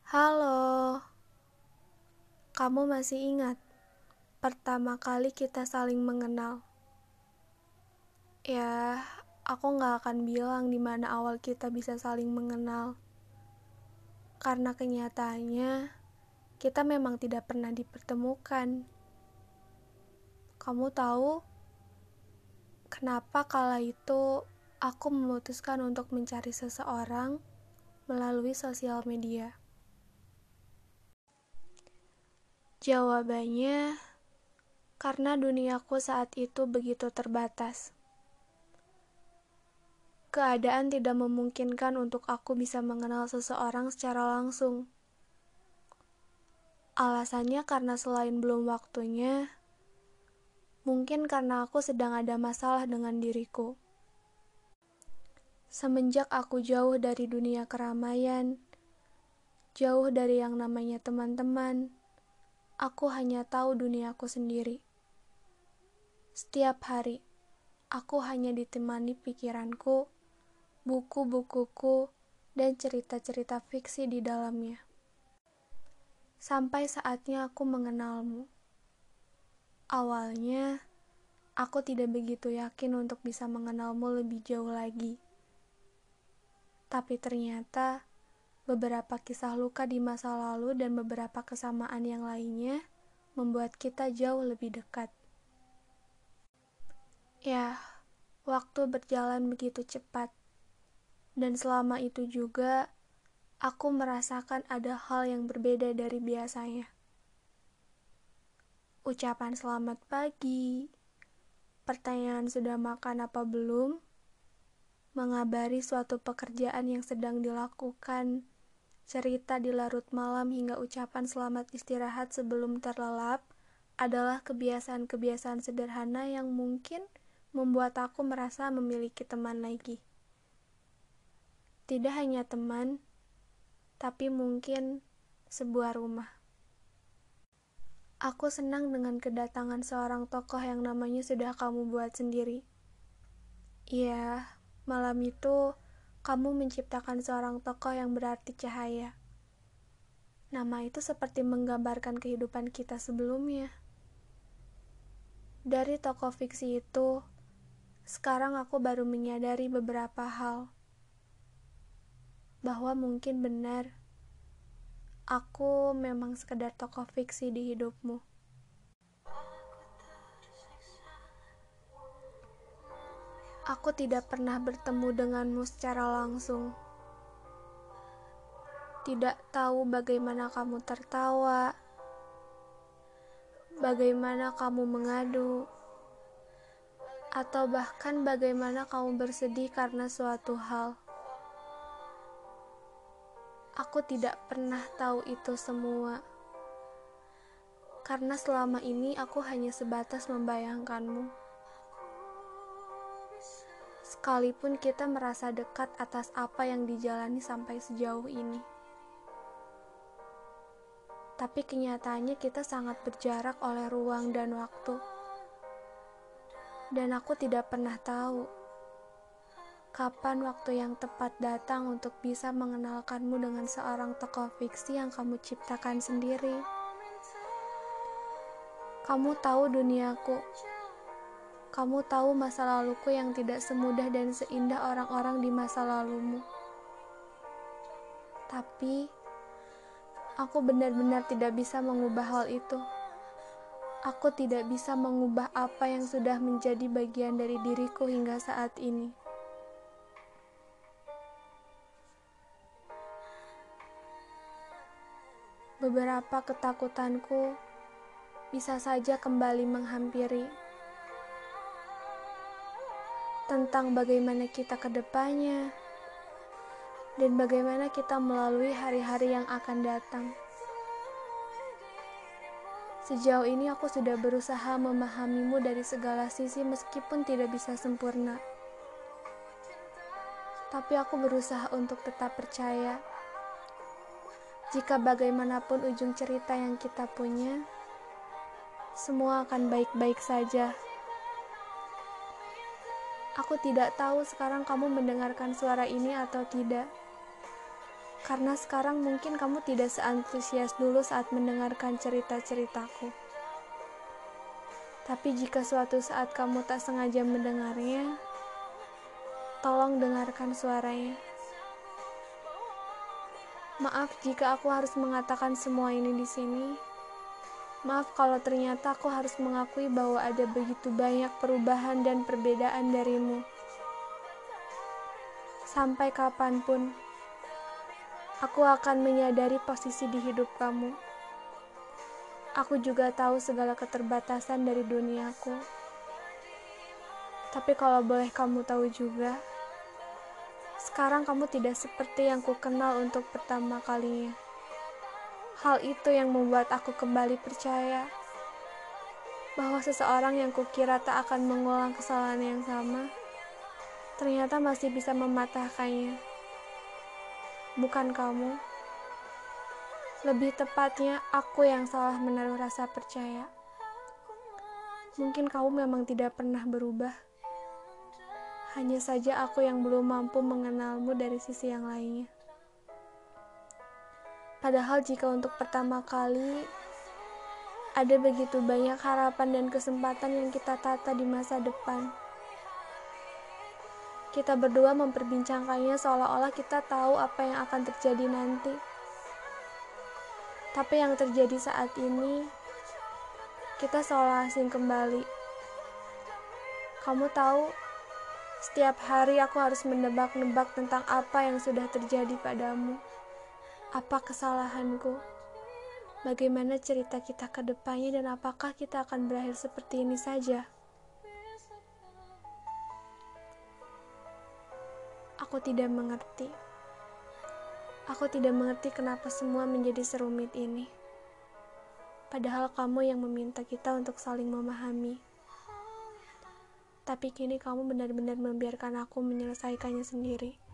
Halo, kamu masih ingat pertama kali kita saling mengenal? Ya, aku gak akan bilang di mana awal kita bisa saling mengenal. Karena kenyataannya, kita memang tidak pernah dipertemukan. Kamu tahu kenapa kala itu aku memutuskan untuk mencari seseorang melalui sosial media? Jawabannya, karena duniaku saat itu begitu terbatas. Keadaan tidak memungkinkan untuk aku bisa mengenal seseorang secara langsung. Alasannya karena selain belum waktunya, mungkin karena aku sedang ada masalah dengan diriku. Semenjak aku jauh dari dunia keramaian, jauh dari yang namanya teman-teman, aku hanya tahu duniaku sendiri. Setiap hari, aku hanya ditemani pikiranku, buku-bukuku, dan cerita-cerita fiksi di dalamnya. Sampai saatnya aku mengenalmu. Awalnya, aku tidak begitu yakin untuk bisa mengenalmu lebih jauh lagi. Tapi ternyata, beberapa kisah luka di masa lalu dan beberapa kesamaan yang lainnya membuat kita jauh lebih dekat. Ya, waktu berjalan begitu cepat. Dan selama itu juga, aku merasakan ada hal yang berbeda dari biasanya. Ucapan selamat pagi, pertanyaan sudah makan apa belum, mengabari suatu pekerjaan yang sedang dilakukan, cerita di larut malam hingga ucapan selamat istirahat sebelum terlelap adalah kebiasaan-kebiasaan sederhana yang mungkin membuat aku merasa memiliki teman lagi. Tidak hanya teman, tapi mungkin sebuah rumah. Aku senang dengan kedatangan seorang tokoh yang namanya sudah kamu buat sendiri. Iya, malam itu kamu menciptakan seorang tokoh yang berarti cahaya. Nama itu seperti menggambarkan kehidupan kita sebelumnya. Dari tokoh fiksi itu, sekarang aku baru menyadari beberapa hal. Bahwa mungkin benar, aku memang sekedar tokoh fiksi di hidupmu. Aku tidak pernah bertemu denganmu secara langsung. Tidak tahu bagaimana kamu tertawa, bagaimana kamu mengadu, atau bahkan bagaimana kamu bersedih karena suatu hal. Aku tidak pernah tahu itu semua. Karena selama ini aku hanya sebatas membayangkanmu. Sekalipun kita merasa dekat atas apa yang dijalani sampai sejauh ini. Tapi kenyataannya kita sangat berjarak oleh ruang dan waktu. Dan aku tidak pernah tahu kapan waktu yang tepat datang untuk bisa mengenalkanmu dengan seorang tokoh fiksi yang kamu ciptakan sendiri. Kamu tahu duniaku. Kamu tahu masa laluku yang tidak semudah dan seindah orang-orang di masa lalumu. Tapi, aku benar-benar tidak bisa mengubah hal itu. Aku tidak bisa mengubah apa yang sudah menjadi bagian dari diriku hingga saat ini. Beberapa ketakutanku bisa saja kembali menghampiri. Tentang bagaimana kita ke depannya, dan bagaimana kita melalui hari-hari yang akan datang. Sejauh ini aku sudah berusaha memahamimu dari segala sisi meskipun tidak bisa sempurna. Tapi aku berusaha untuk tetap percaya. Jika bagaimanapun ujung cerita yang kita punya, semua akan baik-baik saja. Aku tidak tahu sekarang kamu mendengarkan suara ini atau tidak. Karena sekarang mungkin kamu tidak seantusias dulu saat mendengarkan cerita-ceritaku. Tapi jika suatu saat kamu tak sengaja mendengarnya, tolong dengarkan suaranya. Maaf jika aku harus mengatakan semua ini di sini. Maaf kalau ternyata aku harus mengakui bahwa ada begitu banyak perubahan dan perbedaan darimu. Sampai kapanpun, aku akan menyadari posisi di hidup kamu. Aku juga tahu segala keterbatasan dari duniaku. Tapi kalau boleh kamu tahu juga, sekarang kamu tidak seperti yang ku kenal untuk pertama kalinya. Hal itu yang membuat aku kembali percaya bahwa seseorang yang kukira tak akan mengulang kesalahan yang sama, ternyata masih bisa mematahkannya. Bukan kamu. Lebih tepatnya, aku yang salah menaruh rasa percaya. Mungkin kamu memang tidak pernah berubah. Hanya saja aku yang belum mampu mengenalmu dari sisi yang lainnya. Padahal jika untuk pertama kali, ada begitu banyak harapan dan kesempatan yang kita tata di masa depan. Kita berdua memperbincangkannya seolah-olah kita tahu apa yang akan terjadi nanti. Tapi yang terjadi saat ini, kita seolah asing kembali. Kamu tahu, setiap hari aku harus menebak-nebak tentang apa yang sudah terjadi padamu. Apa kesalahanku? Bagaimana cerita kita ke depannya dan apakah kita akan berakhir seperti ini saja? Aku tidak mengerti. Aku tidak mengerti kenapa semua menjadi serumit ini. Padahal kamu yang meminta kita untuk saling memahami. Tapi kini kamu benar-benar membiarkan aku menyelesaikannya sendiri.